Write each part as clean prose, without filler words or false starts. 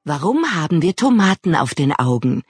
Warum haben wir Tomaten auf den Augen?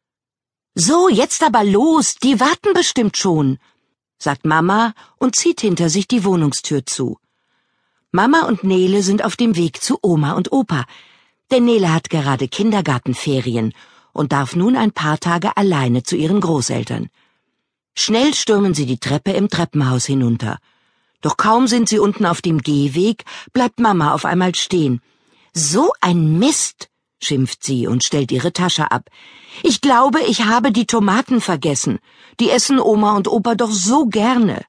So, jetzt aber los, die warten bestimmt schon, sagt Mama und zieht hinter sich die Wohnungstür zu. Mama und Nele sind auf dem Weg zu Oma und Opa, denn Nele hat gerade Kindergartenferien und darf nun ein paar Tage alleine zu ihren Großeltern. Schnell stürmen sie die Treppe im Treppenhaus hinunter. Doch kaum sind sie unten auf dem Gehweg, bleibt Mama auf einmal stehen. »So ein Mist«, schimpft sie und stellt ihre Tasche ab. »Ich glaube, ich habe die Tomaten vergessen. Die essen Oma und Opa doch so gerne.«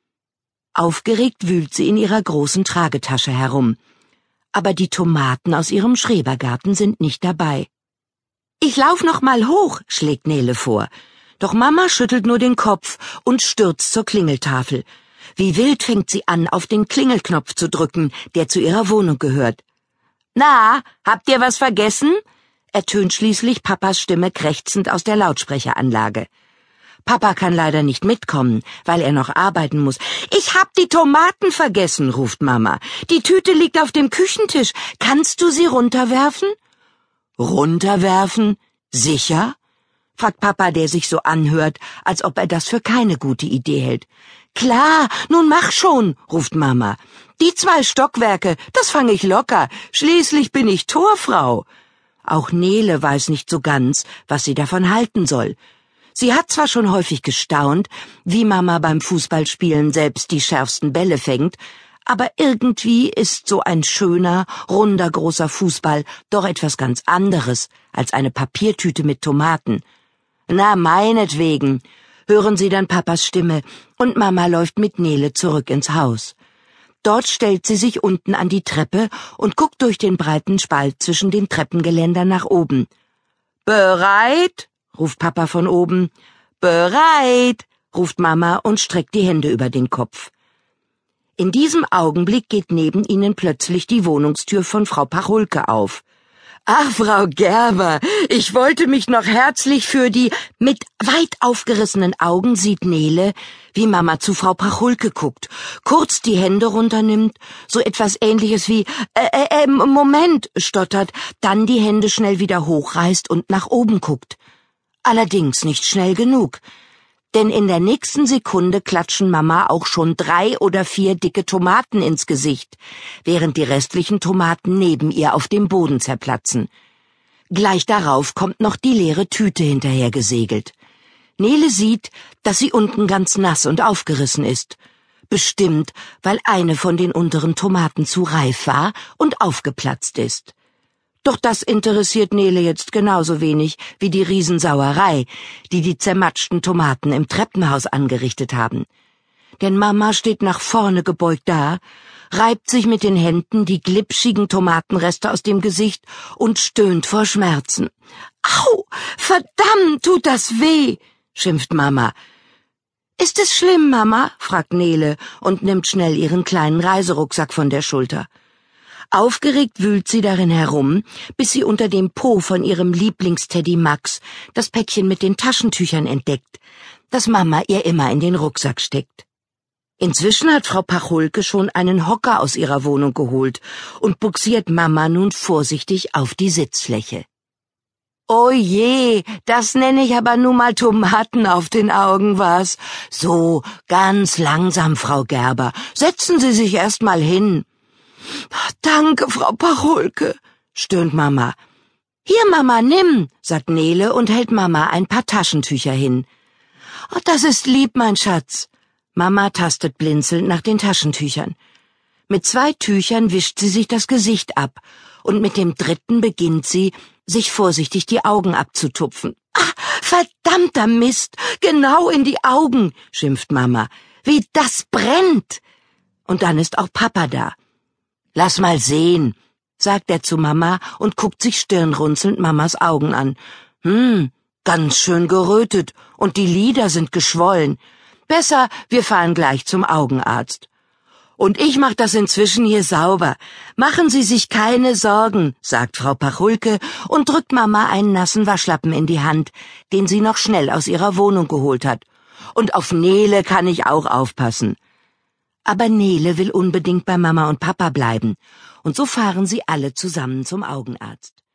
Aufgeregt wühlt sie in ihrer großen Tragetasche herum. Aber die Tomaten aus ihrem Schrebergarten sind nicht dabei. »Ich lauf noch mal hoch«, schlägt Nele vor. Doch Mama schüttelt nur den Kopf und stürzt zur Klingeltafel. Wie wild fängt sie an, auf den Klingelknopf zu drücken, der zu ihrer Wohnung gehört. »Na, habt ihr was vergessen?« ertönt schließlich Papas Stimme krächzend aus der Lautsprecheranlage. Papa kann leider nicht mitkommen, weil er noch arbeiten muss. »Ich hab die Tomaten vergessen«, ruft Mama. »Die Tüte liegt auf dem Küchentisch. Kannst du sie runterwerfen?« »Runterwerfen? Sicher?« fragt Papa, der sich so anhört, als ob er das für keine gute Idee hält. »Klar, nun mach schon«, ruft Mama. »Die 2 Stockwerke, das fange ich locker. Schließlich bin ich Torfrau.« Auch Nele weiß nicht so ganz, was sie davon halten soll. Sie hat zwar schon häufig gestaunt, wie Mama beim Fußballspielen selbst die schärfsten Bälle fängt, aber irgendwie ist so ein schöner, runder, großer Fußball doch etwas ganz anderes als eine Papiertüte mit Tomaten. »Na, meinetwegen«, hören sie dann Papas Stimme, und Mama läuft mit Nele zurück ins Haus. Dort stellt sie sich unten an die Treppe und guckt durch den breiten Spalt zwischen den Treppengeländern nach oben. »Bereit?« ruft Papa von oben. »Bereit«, ruft Mama und streckt die Hände über den Kopf. In diesem Augenblick geht neben ihnen plötzlich die Wohnungstür von Frau Pachulke auf. »Ach, Frau Gerber, ich wollte mich noch herzlich für die...« Mit weit aufgerissenen Augen sieht Nele, wie Mama zu Frau Pachulke guckt, kurz die Hände runternimmt, so etwas Ähnliches wie Moment, stottert, dann die Hände schnell wieder hochreißt und nach oben guckt. Allerdings nicht schnell genug, denn in der nächsten Sekunde klatschen Mama auch schon 3 oder 4 dicke Tomaten ins Gesicht, während die restlichen Tomaten neben ihr auf dem Boden zerplatzen. Gleich darauf kommt noch die leere Tüte hinterhergesegelt. Nele sieht, dass sie unten ganz nass und aufgerissen ist. Bestimmt, weil eine von den unteren Tomaten zu reif war und aufgeplatzt ist. Doch das interessiert Nele jetzt genauso wenig wie die Riesensauerei, die die zermatschten Tomaten im Treppenhaus angerichtet haben. Denn Mama steht nach vorne gebeugt da, reibt sich mit den Händen die glitschigen Tomatenreste aus dem Gesicht und stöhnt vor Schmerzen. »Au, verdammt, tut das weh«, schimpft Mama. »Ist es schlimm, Mama?« fragt Nele und nimmt schnell ihren kleinen Reiserucksack von der Schulter. Aufgeregt wühlt sie darin herum, bis sie unter dem Po von ihrem Lieblingsteddy Max das Päckchen mit den Taschentüchern entdeckt, das Mama ihr immer in den Rucksack steckt. Inzwischen hat Frau Pachulke schon einen Hocker aus ihrer Wohnung geholt und bugsiert Mama nun vorsichtig auf die Sitzfläche. »Oh je, das nenne ich aber nun mal Tomaten auf den Augen, was? So, ganz langsam, Frau Gerber, setzen Sie sich erst mal hin.« »Danke, Frau Pachulke«, stöhnt Mama. »Hier, Mama, nimm«, sagt Nele und hält Mama ein paar Taschentücher hin. »Oh, das ist lieb, mein Schatz.« Mama tastet blinzelnd nach den Taschentüchern. Mit 2 Tüchern wischt sie sich das Gesicht ab und mit dem 3. beginnt sie, sich vorsichtig die Augen abzutupfen. »Ah, verdammter Mist, genau in die Augen«, schimpft Mama. »Wie das brennt!« Und dann ist auch Papa da. »Lass mal sehen«, sagt er zu Mama und guckt sich stirnrunzelnd Mamas Augen an. Ganz schön gerötet und die Lider sind geschwollen. Besser, wir fahren gleich zum Augenarzt.« »Und ich mach das inzwischen hier sauber. Machen Sie sich keine Sorgen«, sagt Frau Pachulke und drückt Mama einen nassen Waschlappen in die Hand, den sie noch schnell aus ihrer Wohnung geholt hat. »Und auf Nele kann ich auch aufpassen.« Aber Nele will unbedingt bei Mama und Papa bleiben, und so fahren sie alle zusammen zum Augenarzt.